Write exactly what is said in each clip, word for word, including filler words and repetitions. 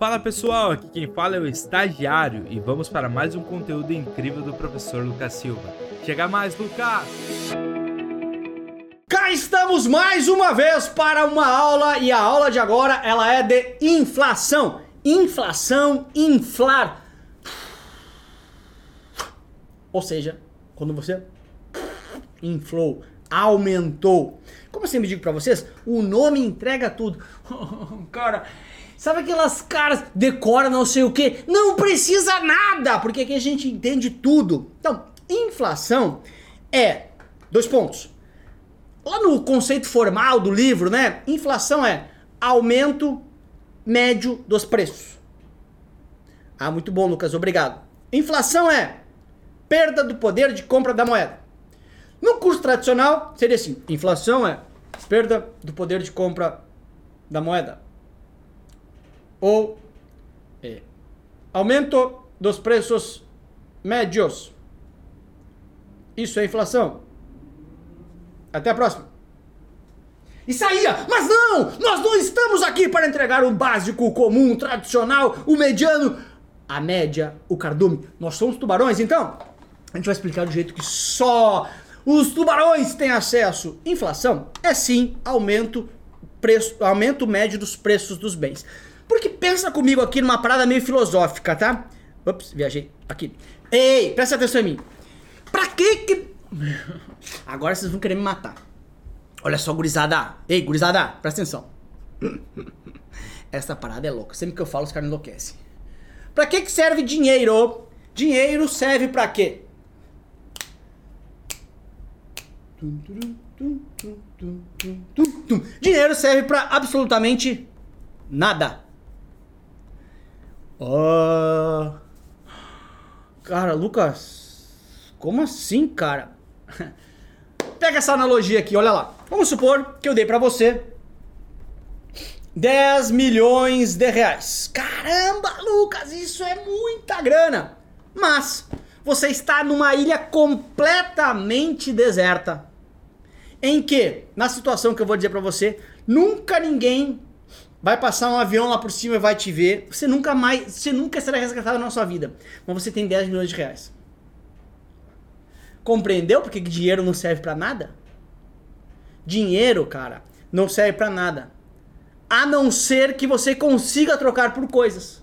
Fala pessoal, aqui quem fala é o Estagiário e vamos para mais um conteúdo incrível do professor Lucas Silva. Chega mais, Lucas! Cá estamos mais uma vez para uma aula e a aula de agora ela é de inflação. Inflação, inflar. Ou seja, quando você inflou, aumentou. Como eu sempre digo pra vocês, o nome entrega tudo. Cara, sabe aquelas caras, decora não sei o que, não precisa nada, porque aqui a gente entende tudo. Então, inflação é, dois pontos. Lá no conceito formal do livro, né? Inflação é aumento médio dos preços. Ah, muito bom, Lucas, obrigado. Inflação é perda do poder de compra da moeda. No curso tradicional, seria assim, inflação é perda do poder de compra da moeda. Ou é, aumento dos preços médios. Isso é inflação. Até a próxima. E saía, mas não! Nós não estamos aqui para entregar o básico, o comum, o tradicional, o mediano, a média, o cardume. Nós somos tubarões, então a gente vai explicar do jeito que só os tubarões têm acesso. Inflação é sim aumento, preço, aumento médio dos preços dos bens. Porque pensa comigo aqui numa parada meio filosófica, tá? Ops, viajei. Aqui. Ei, presta atenção em mim. Pra que que... Agora vocês vão querer me matar. Olha só, gurizada. Ei, gurizada, presta atenção. Essa parada é louca. Sempre que eu falo, os caras enlouquecem. Pra que que serve dinheiro? Dinheiro serve pra quê? Dinheiro serve pra absolutamente nada. Oh. Cara, Lucas, como assim, cara? Pega essa analogia aqui, olha lá. Vamos supor que eu dei pra você dez milhões de reais. Caramba, Lucas, isso é muita grana. Mas você está numa ilha completamente deserta, em que, na situação que eu vou dizer pra você, nunca ninguém vai passar um avião lá por cima e vai te ver. Você nunca mais, você nunca será resgatado na sua vida. Mas você tem dez milhões de reais. Compreendeu porque que dinheiro não serve pra nada? Dinheiro, cara, não serve pra nada. A não ser que você consiga trocar por coisas.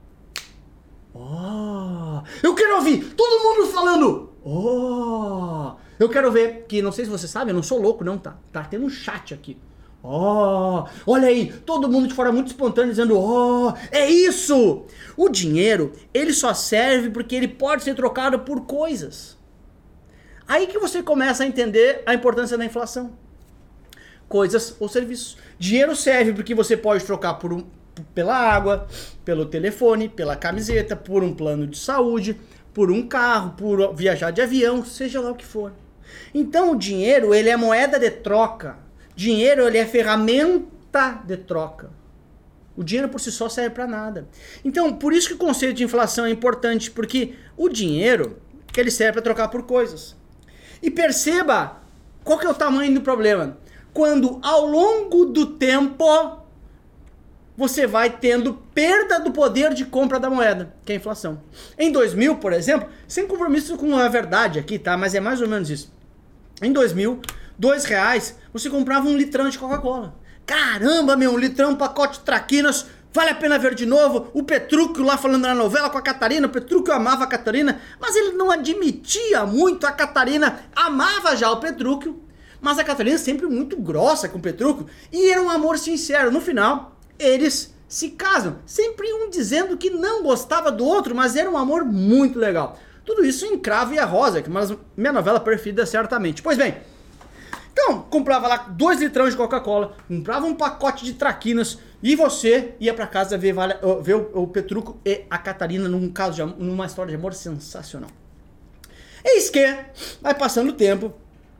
Oh, eu quero ouvir todo mundo falando. Oh, eu quero ver, que não sei se você sabe, eu não sou louco não, tá? Tá tendo um chat aqui. Oh, olha aí, todo mundo de forma muito espontânea dizendo, oh, é isso! O dinheiro, ele só serve porque ele pode ser trocado por coisas. Aí que você começa a entender a importância da inflação. Coisas ou serviços. Dinheiro serve porque você pode trocar por um, pela água, pelo telefone, pela camiseta, por um plano de saúde, por um carro, por viajar de avião, seja lá o que for. Então o dinheiro, ele é moeda de troca. Dinheiro, ele é ferramenta de troca. O dinheiro por si só serve para nada. Então, por isso que o conceito de inflação é importante, porque o dinheiro, ele serve para trocar por coisas. E perceba qual que é o tamanho do problema. Quando ao longo do tempo você vai tendo perda do poder de compra da moeda, que é a inflação. Em dois mil, por exemplo, sem compromisso com a verdade aqui, tá? Mas é mais ou menos isso. Em dois mil, dois reais, você comprava um litrão de Coca-Cola. Caramba, meu, um litrão, um pacote de traquinas, vale a pena ver de novo. O Petrúquio lá falando na novela com a Catarina, o Petrúquio amava a Catarina, mas ele não admitia muito a Catarina, amava já o Petrúquio, mas a Catarina sempre muito grossa com o Petrúquio, e era um amor sincero. No final, eles se casam, sempre um dizendo que não gostava do outro, mas era um amor muito legal. Tudo isso em Cravo e a Rosa, que é uma das minha novela preferida certamente. Pois bem, então, comprava lá dois litrões de Coca-Cola, comprava um pacote de traquinas e você ia pra casa ver, ver o, o Petrúquio e a Catarina num caso de, numa história de amor sensacional. Eis que vai passando o tempo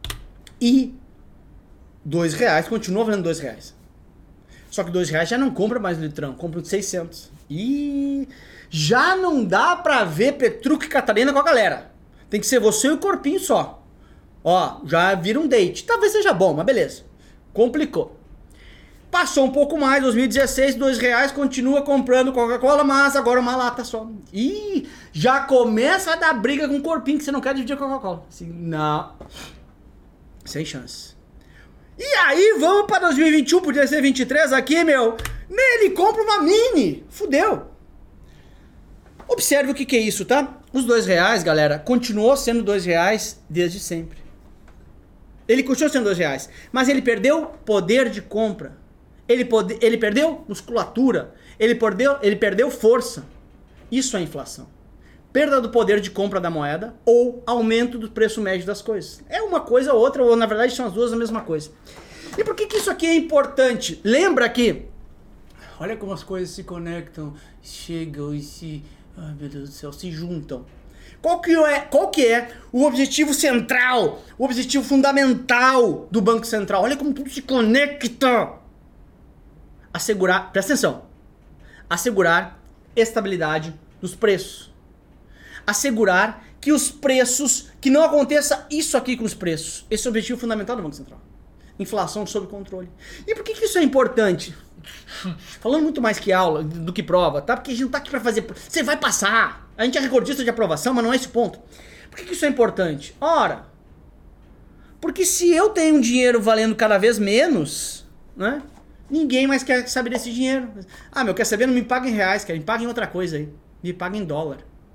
e dois reais continua valendo dois reais. Só que dois reais já não compra mais litrão, compra de seiscentos. E já não dá pra ver Petrúquio e Catarina com a galera. Tem que ser você e o corpinho só. Ó, já vira um date. Talvez seja bom, mas beleza. Complicou. Passou um pouco mais, dois mil e dezesseis, dois reais, continua comprando Coca-Cola, mas agora uma lata só. Ih, já começa a dar briga com o corpinho que você não quer dividir a Coca-Cola. Assim, não. Sem chance. E aí, vamos para dois mil e vinte e um, podia ser vinte e três aqui, meu. Ele compra uma Mini. Fudeu. Observe o que, que é isso, tá? Os dois reais, galera, continuou sendo dois reais desde sempre. Ele continuou sendo dois reais, mas ele perdeu poder de compra. Ele, pode, ele perdeu musculatura. Ele perdeu, ele perdeu força. Isso é inflação. Perda do poder de compra da moeda ou aumento do preço médio das coisas. É uma coisa ou outra, ou na verdade são as duas a mesma coisa. E por que, que isso aqui é importante? Lembra que... Olha como as coisas se conectam, chegam e se... Ai, meu Deus do céu, se juntam. Qual que é, qual que é o objetivo central, o objetivo fundamental do Banco Central? Olha como tudo se conecta. Assegurar, presta atenção, assegurar estabilidade dos preços. Assegurar que os preços, que não aconteça isso aqui com os preços. Esse é o objetivo fundamental do Banco Central. Inflação sob controle. E por que, que isso é importante? Falando muito mais que aula do que prova, tá? Porque a gente não tá aqui pra fazer... Você vai passar. A gente é recordista de aprovação, mas não é esse o ponto. Por que, que isso é importante? Ora, porque se eu tenho um dinheiro valendo cada vez menos, né? Ninguém mais quer saber desse dinheiro. Ah, meu, quer saber? Não me paga em reais, quer me paga em outra coisa aí. Me paga em dólar.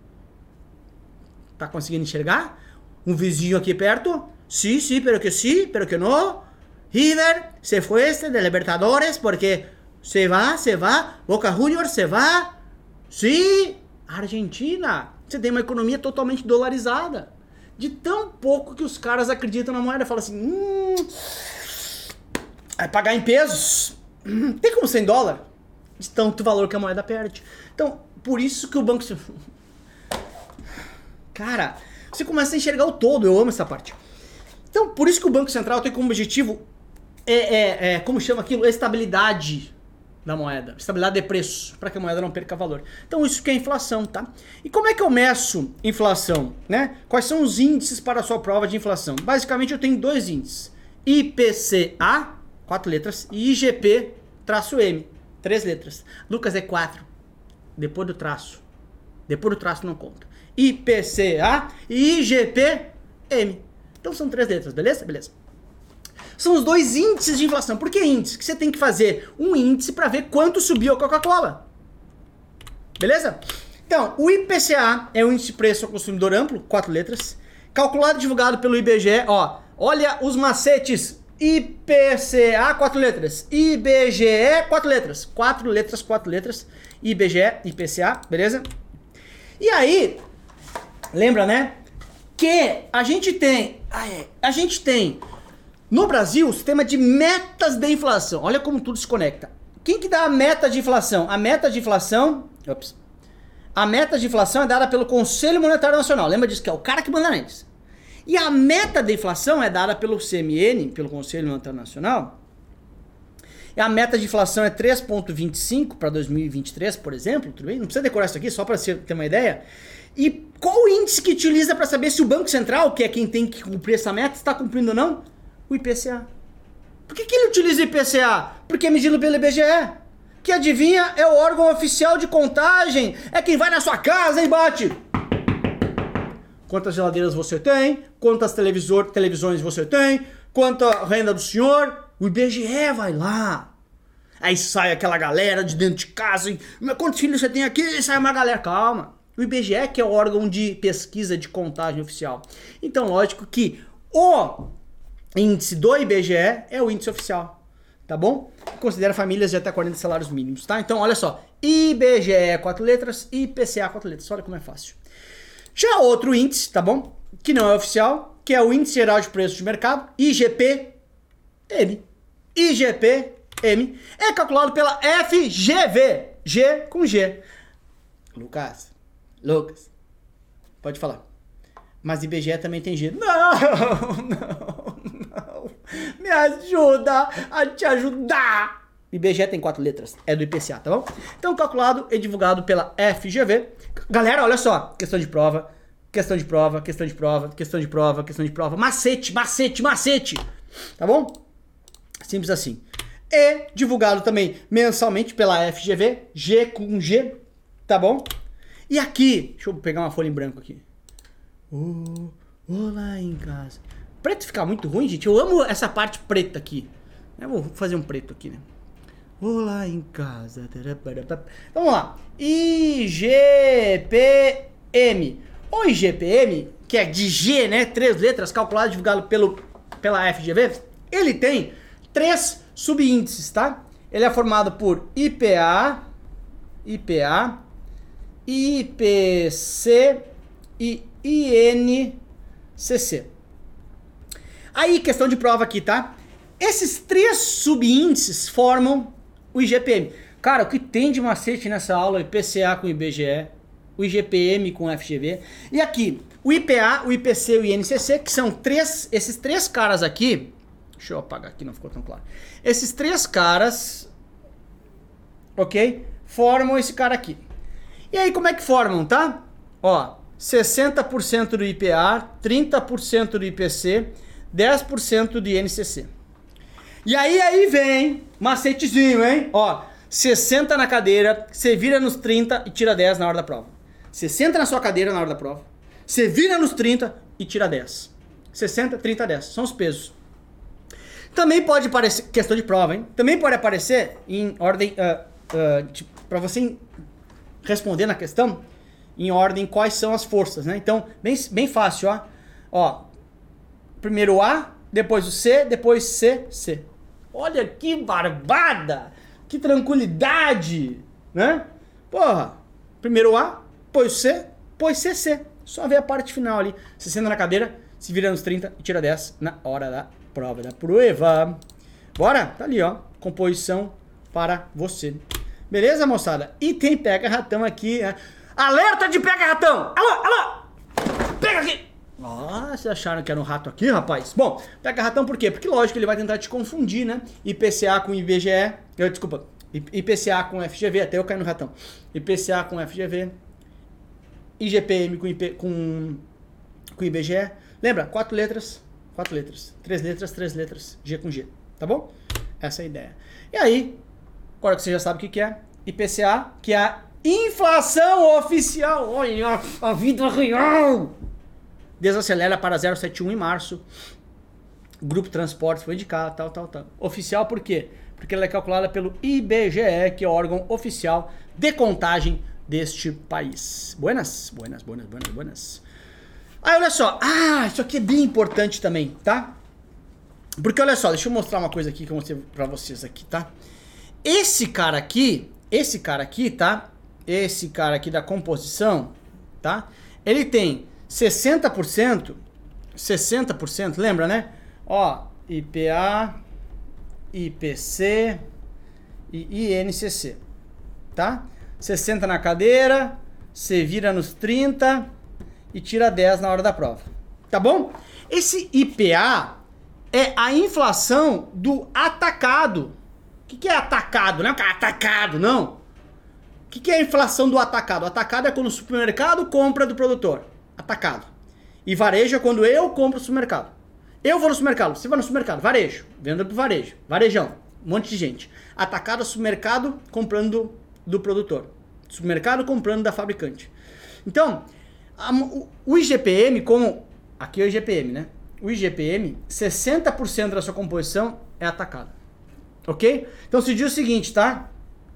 Tá conseguindo enxergar? Um vizinho aqui perto? Sí, sí, pero que sí, pero que no. River se fue este de Libertadores porque se va, se va. Boca Juniors se va. Sí. Argentina. Você tem uma economia totalmente dolarizada. De tão pouco que os caras acreditam na moeda. Falam assim, hum, vai pagar em pesos. Hum, tem como ser em dólar? De tanto valor que a moeda perde. Então, por isso que o banco... Cara, você começa a enxergar o todo. Eu amo essa parte. Então, por isso que o Banco Central tem como objetivo, é, é, é, como chama aquilo? Estabilidade da moeda. Estabilidade de preço, para que a moeda não perca valor. Então, isso que é inflação, tá? E como é que eu meço inflação, né? Quais são os índices para a sua prova de inflação? Basicamente, eu tenho dois índices. I P C A, quatro letras, e I G P, traço M, três letras. Lucas, é quatro. Depois do traço. Depois do traço não conta. I P C A e I G P M. Então são três letras, beleza? Beleza. São os dois índices de inflação. Por que índice? Que você tem que fazer um índice para ver quanto subiu a Coca-Cola. Beleza? Então, o I P C A é o índice de preço ao consumidor amplo, quatro letras. Calculado e divulgado pelo I B G E, ó. Olha os macetes. I P C A, quatro letras. I B G E, quatro letras. Quatro letras, quatro letras. I B G E, I P C A, beleza? E aí... Lembra, né? Que a gente tem, a gente tem no Brasil o sistema de metas de inflação. Olha como tudo se conecta. Quem que dá a meta de inflação? A meta de inflação, ops, a meta de inflação é dada pelo Conselho Monetário Nacional. Lembra disso que é o cara que manda neles. E a meta de inflação é dada pelo C M N, pelo Conselho Monetário Nacional. E a meta de inflação é três vírgula vinte e cinco para dois mil e vinte e três, por exemplo. Tudo bem? Não precisa decorar isso aqui, só para você ter uma ideia. E qual o índice que utiliza para saber se o Banco Central, que é quem tem que cumprir essa meta, está cumprindo ou não? O I P C A. Por que, que ele utiliza o I P C A? Porque é medido pelo I B G E. Que adivinha, é o órgão oficial de contagem. É quem vai na sua casa e bate. Quantas geladeiras você tem? Quantas televisor, televisões você tem? Quanta renda do senhor? O I B G E vai lá. Aí sai aquela galera de dentro de casa. E, quantos filhos você tem aqui? E sai uma galera. Calma. O I B G E que é o órgão de pesquisa de contagem oficial. Então, lógico que o índice do I B G E é o índice oficial. Tá bom? Considera famílias de até quarenta salários mínimos, tá? Então, olha só. I B G E, quatro letras. I P C A, quatro letras. Olha como é fácil. Já outro índice, tá bom? Que não é oficial, que é o Índice Geral de Preços de Mercado, I G P M. I G P M é calculado pela F G V. G com G. Lucas, Lucas, pode falar. Mas I B G E também tem G. Não, não, não. Me ajuda a te ajudar. I B G E tem quatro letras. É do I P C A, tá bom? Então, calculado e divulgado pela F G V. Galera, olha só. Questão de prova, questão de prova, questão de prova, questão de prova, questão de prova. Macete, macete, macete. Tá bom? Simples assim. e divulgado também mensalmente pela F G V, G com G, tá bom? E aqui, deixa eu pegar uma folha em branco aqui. Oh, olá em casa. Preto fica muito ruim, gente. Eu amo essa parte preta aqui. Eu vou fazer um preto aqui, né? Olá em casa. Então, vamos lá. I G P M. O I G P M, que é de G, né? Três letras, calculado e divulgado pelo, pela F G V, ele tem três subíndices, tá? Ele é formado por I P A, I P A, I P C e I N C C. Aí, questão de prova aqui, tá? Esses três subíndices formam o I G P M. Cara, o que tem de macete nessa aula? I P C A com I B G E, o I G P M com F G V. E aqui, o I P A, o I P C e o I N C C, que são três, esses três caras aqui. Deixa eu apagar aqui, não ficou tão claro. Esses três caras, ok? Formam esse cara aqui. E aí, como é que formam, tá? Ó, sessenta por cento do I P A, trinta por cento do I P C, dez por cento do I N C C. E aí, aí vem macetezinho, hein? Ó, sessenta na cadeira, você vira nos trinta e tira dez na hora da prova. Você senta na sua cadeira na hora da prova, você vira nos trinta e tira dez. sessenta, trinta, dez. São os pesos. Também pode aparecer, questão de prova, hein? Também pode aparecer em ordem, uh, uh, tipo, para você responder na questão, em ordem quais são as forças, né? Então, bem, bem fácil, ó. Ó, primeiro A, depois o C, depois C, C. Olha que barbada! Que tranquilidade, né? Porra, primeiro A, depois o C, depois C, C. Só ver a parte final ali. Você senta na cadeira, se vira nos trinta e tira dez na hora da prova da prova. Bora? Tá ali, ó. Composição para você. Beleza, moçada? E tem pega-ratão aqui. Né? Alerta de pega-ratão! Alô, alô! Pega aqui! Ah, vocês acharam que era um rato aqui, rapaz? Bom, pega-ratão por quê? Porque, lógico, ele vai tentar te confundir, né? I P C A com I B G E. Eu, desculpa. I P C A com F G V, até eu caí no ratão. I P C A com F G V. I G P M com, I P, com, com I B G E. Lembra? Quatro letras. Quatro letras. Três letras, três letras. G com G. Tá bom? Essa é a ideia. E aí, agora que você já sabe o que, que é, I P C A, que é a inflação oficial. Olha a vida real. Desacelera para zero vírgula setenta e um em março. Grupo Transportes foi indicado, tal, tal, tal. Oficial por quê? Porque ela é calculada pelo I B G E, que é o órgão oficial de contagem deste país. Buenas, buenas, buenas, buenas, buenas. Aí, olha só. Ah, isso aqui é bem importante também, tá? Porque, olha só, deixa eu mostrar uma coisa aqui que eu mostrei pra vocês aqui, tá? Esse cara aqui, esse cara aqui, tá? Esse cara aqui da composição, tá? Ele tem sessenta por cento, sessenta por cento, lembra, né? Ó, I P A, I P C e I N C C, tá? sessenta na cadeira, você vira nos trinta e tira dez na hora da prova, tá bom? Esse I P A é a inflação do atacado. O que, que é atacado? Não é atacado, não. O que, que é a inflação do atacado? O atacado é quando o supermercado compra do produtor. Atacado. E varejo é quando eu compro no supermercado. Eu vou no supermercado, você vai no supermercado, varejo. Venda pro varejo. Varejão. Um monte de gente. Atacado é supermercado comprando do, do produtor. Supermercado comprando da fabricante. Então, a, o, o I G P M, como... Aqui é o I G P M, né? O I G P M, sessenta por cento da sua composição é atacado. Ok? Então se diz o seguinte, tá?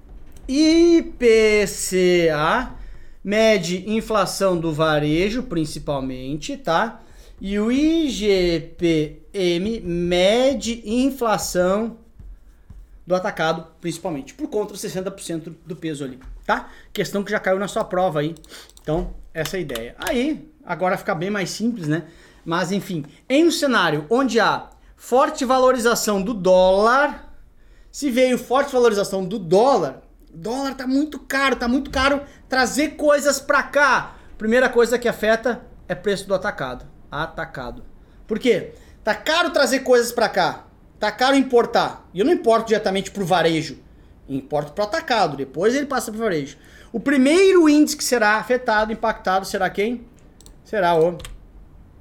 I P C A mede inflação do varejo, principalmente, tá? E o I G P M mede inflação do atacado, principalmente, por conta dos sessenta por cento do peso ali, tá? Questão que já caiu na sua prova aí. Então, essa é a ideia. Aí, agora fica bem mais simples, né? Mas, enfim, em um cenário onde há forte valorização do dólar, se veio forte valorização do dólar, dólar tá muito caro, tá muito caro trazer coisas pra cá. Primeira coisa que afeta é preço do atacado. Atacado. Por quê? Tá caro trazer coisas pra cá. Tá caro importar. E eu não importo diretamente pro varejo. Importo pro atacado. Depois ele passa pro varejo. O primeiro índice que será afetado, impactado, será quem? Será o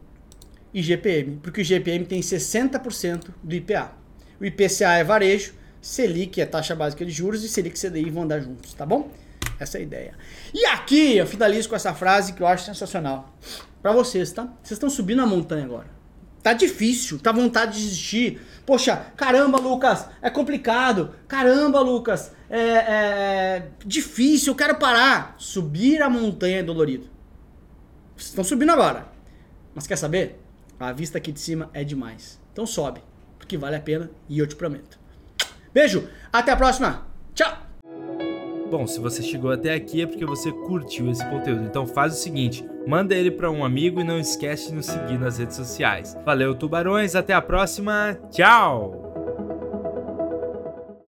I G P M. Porque o I G P M tem sessenta por cento do I P A. O I P C A é varejo. Selic é taxa básica de juros e Selic C D I vão andar juntos, tá bom? Essa é a ideia. E aqui eu finalizo com essa frase que eu acho sensacional. Pra vocês, tá? Vocês estão subindo a montanha agora. Tá difícil, tá vontade de desistir. Poxa, caramba, Lucas, é complicado. Caramba, Lucas, é, é, é difícil, eu quero parar. Subir a montanha é dolorido. Vocês estão subindo agora. Mas quer saber? A vista aqui de cima é demais. Então sobe, porque vale a pena e eu te prometo. Beijo, até a próxima. Tchau. Bom, se você chegou até aqui é porque você curtiu esse conteúdo. Então faz o seguinte, manda ele para um amigo e não esquece de nos seguir nas redes sociais. Valeu, tubarões, até a próxima. Tchau!